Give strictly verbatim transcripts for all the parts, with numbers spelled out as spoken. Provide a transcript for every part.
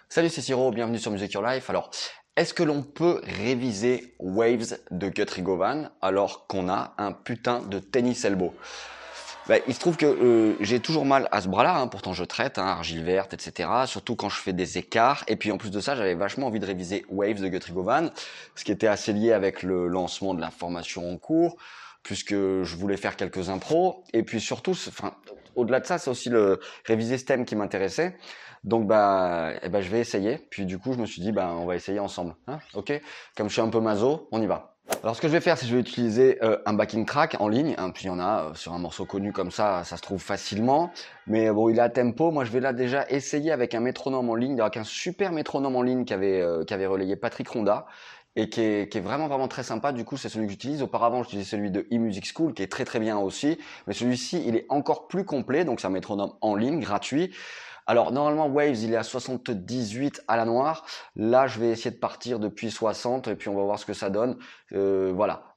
Salut, c'est Siro, bienvenue sur Music Your Life. Alors, est-ce que l'on peut réviser Waves de Guthrie Govan alors qu'on a un putain de tennis elbow? Ben, il se trouve que euh, j'ai toujours mal à ce bras-là, hein, pourtant je traite, hein, argile verte, et cetera. Surtout quand je fais des écarts. Et puis en plus de ça, j'avais vachement envie de réviser Waves de Guthrie Govan, ce qui était assez lié avec le lancement de la formation en cours, puisque je voulais faire quelques impros. Et puis surtout, enfin, au-delà de ça, c'est aussi le réviser ce thème qui m'intéressait. Donc bah, eh ben, je vais essayer. Puis du coup, je me suis dit, bah, on va essayer ensemble. Hein, ok? Comme je suis un peu maso, on y va. Alors ce que je vais faire, c'est que je vais utiliser euh, un backing track en ligne, hein, puis il y en a euh, sur un morceau connu comme ça, ça se trouve facilement. Mais bon, il est à tempo. Moi, je vais là déjà essayer avec un métronome en ligne, avec un super métronome en ligne qu'avait euh, qu'avait relayé Patrick Ronda et qui est, qui est vraiment vraiment très sympa. Du coup, c'est celui que j'utilise. Auparavant, j'utilisais celui de eMusic School, qui est très très bien aussi. Mais celui-ci, il est encore plus complet, donc c'est un métronome en ligne, gratuit. Alors normalement Waves il est à soixante-dix-huit à la noire. Là je vais essayer de partir depuis soixante et puis on va voir ce que ça donne. Euh, voilà.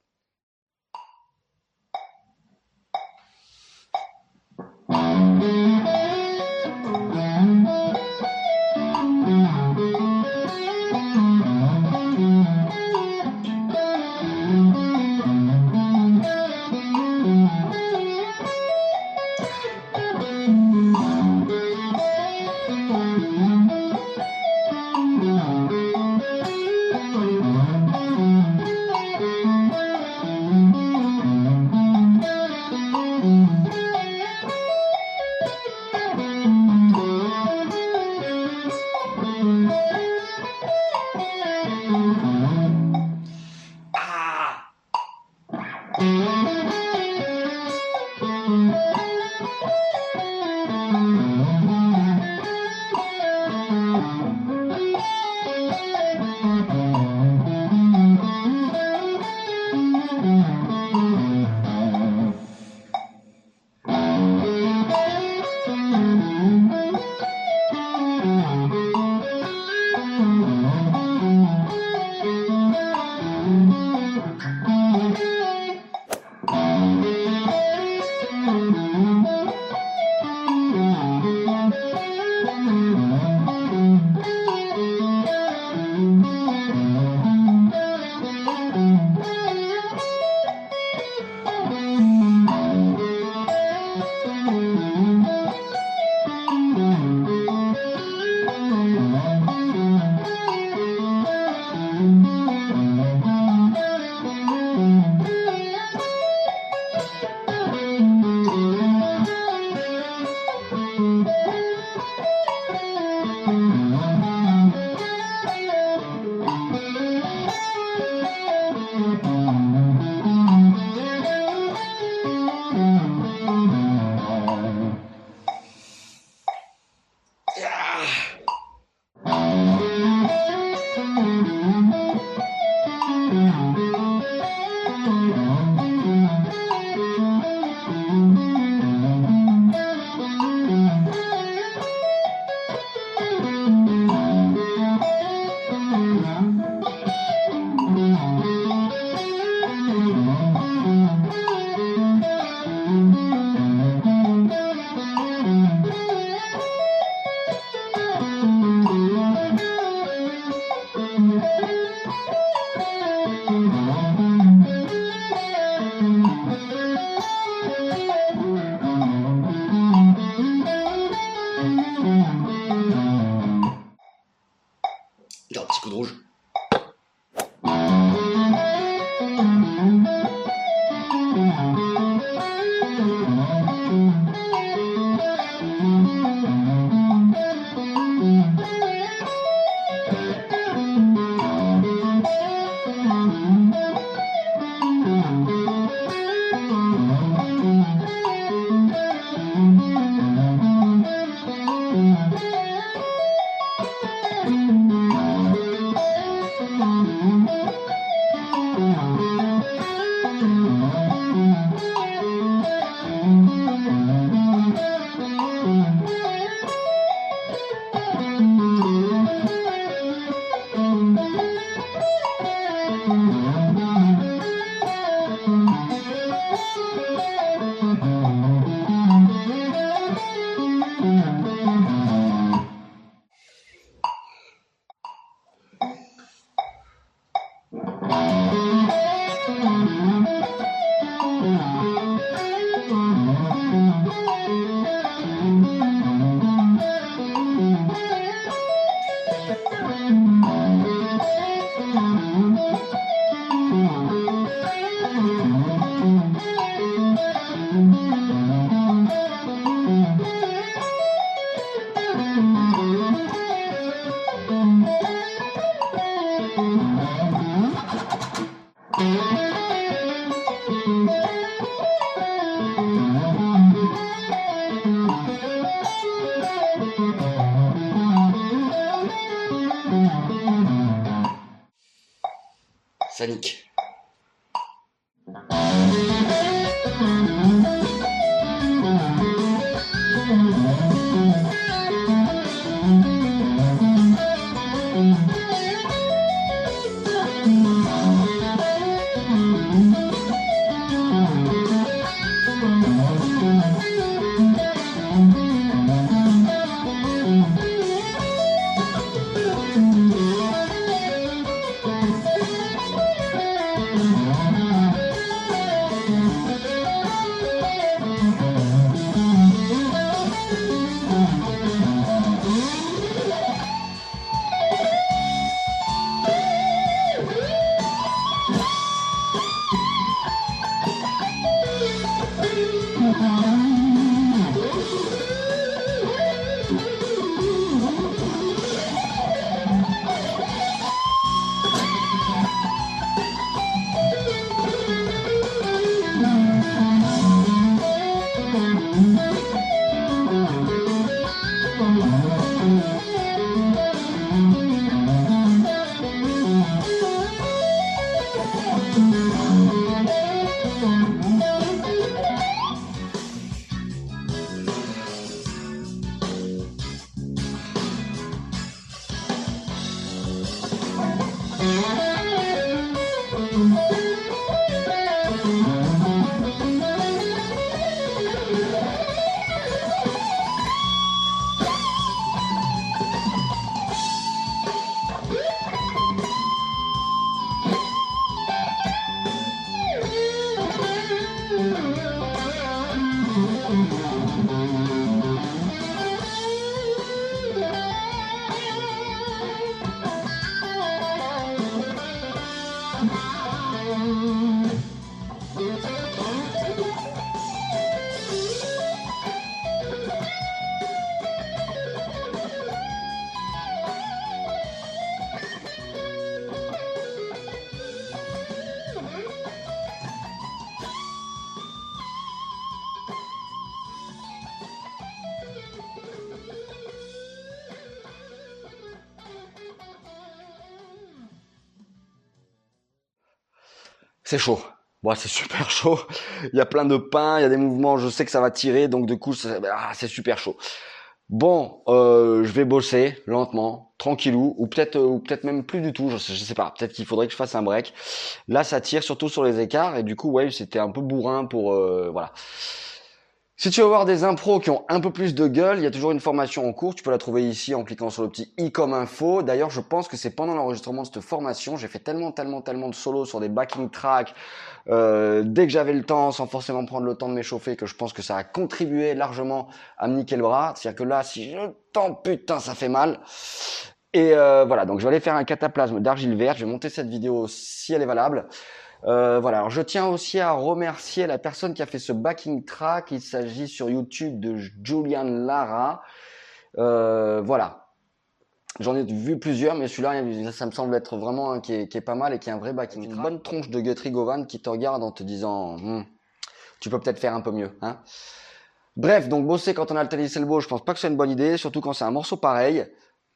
Il y a un petit coup de rouge. Ça nique. C'est chaud. Bon, c'est super chaud. Il y a plein de pains, il y a des mouvements. Je sais que ça va tirer, donc du coup, c'est ah, c'est super chaud. Bon, euh, je vais bosser lentement, tranquillou, ou peut-être, ou peut-être même plus du tout. Je sais, je sais pas. Peut-être qu'il faudrait que je fasse un break. Là, ça tire surtout sur les écarts, et du coup, ouais, c'était un peu bourrin pour, euh, voilà. Si tu veux voir des impros qui ont un peu plus de gueule, il y a toujours une formation en cours. Tu peux la trouver ici en cliquant sur le petit i comme info. D'ailleurs, je pense que c'est pendant l'enregistrement de cette formation, j'ai fait tellement, tellement, tellement de solos sur des backing tracks euh, dès que j'avais le temps, sans forcément prendre le temps de m'échauffer, que je pense que ça a contribué largement à me niquer le bras. C'est-à-dire que là, si je tends, putain, ça fait mal. Et euh, voilà, donc je vais aller faire un cataplasme d'argile verte. Je vais monter cette vidéo si elle est valable. Euh, voilà, alors je tiens aussi à remercier la personne qui a fait ce backing track. Il s'agit sur YouTube de Julian Lara. Euh, voilà, j'en ai vu plusieurs, mais celui-là, ça me semble être vraiment un qui est, qui est pas mal et qui est un vrai backing track. Une bonne tronche de Guthrie Govan qui te regarde en te disant hm, tu peux peut-être faire un peu mieux, hein. Bref, donc bosser quand on a le tennis elbow, je pense pas que c'est une bonne idée, surtout quand c'est un morceau pareil,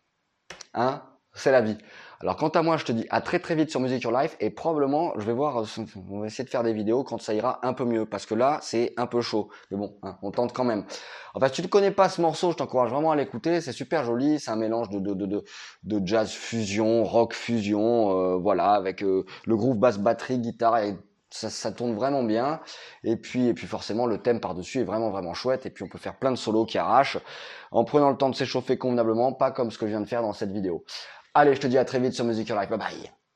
hein, c'est la vie. Alors quant à moi, je te dis à très très vite sur Music Your Life et probablement je vais voir, on va essayer de faire des vidéos quand ça ira un peu mieux parce que là c'est un peu chaud. Mais bon, hein, on tente quand même. Enfin, si tu ne connais pas ce morceau, je t'encourage vraiment à l'écouter. C'est super joli, c'est un mélange de de de de, de jazz fusion, rock fusion, euh, voilà, avec euh, le groove basse batterie, guitare et ça, ça tourne vraiment bien. Et puis et puis forcément le thème par dessus est vraiment vraiment chouette et puis on peut faire plein de solos qui arrachent en prenant le temps de s'échauffer convenablement, pas comme ce que je viens de faire dans cette vidéo. Allez, je te dis à très vite sur Music Your Life. Bye bye.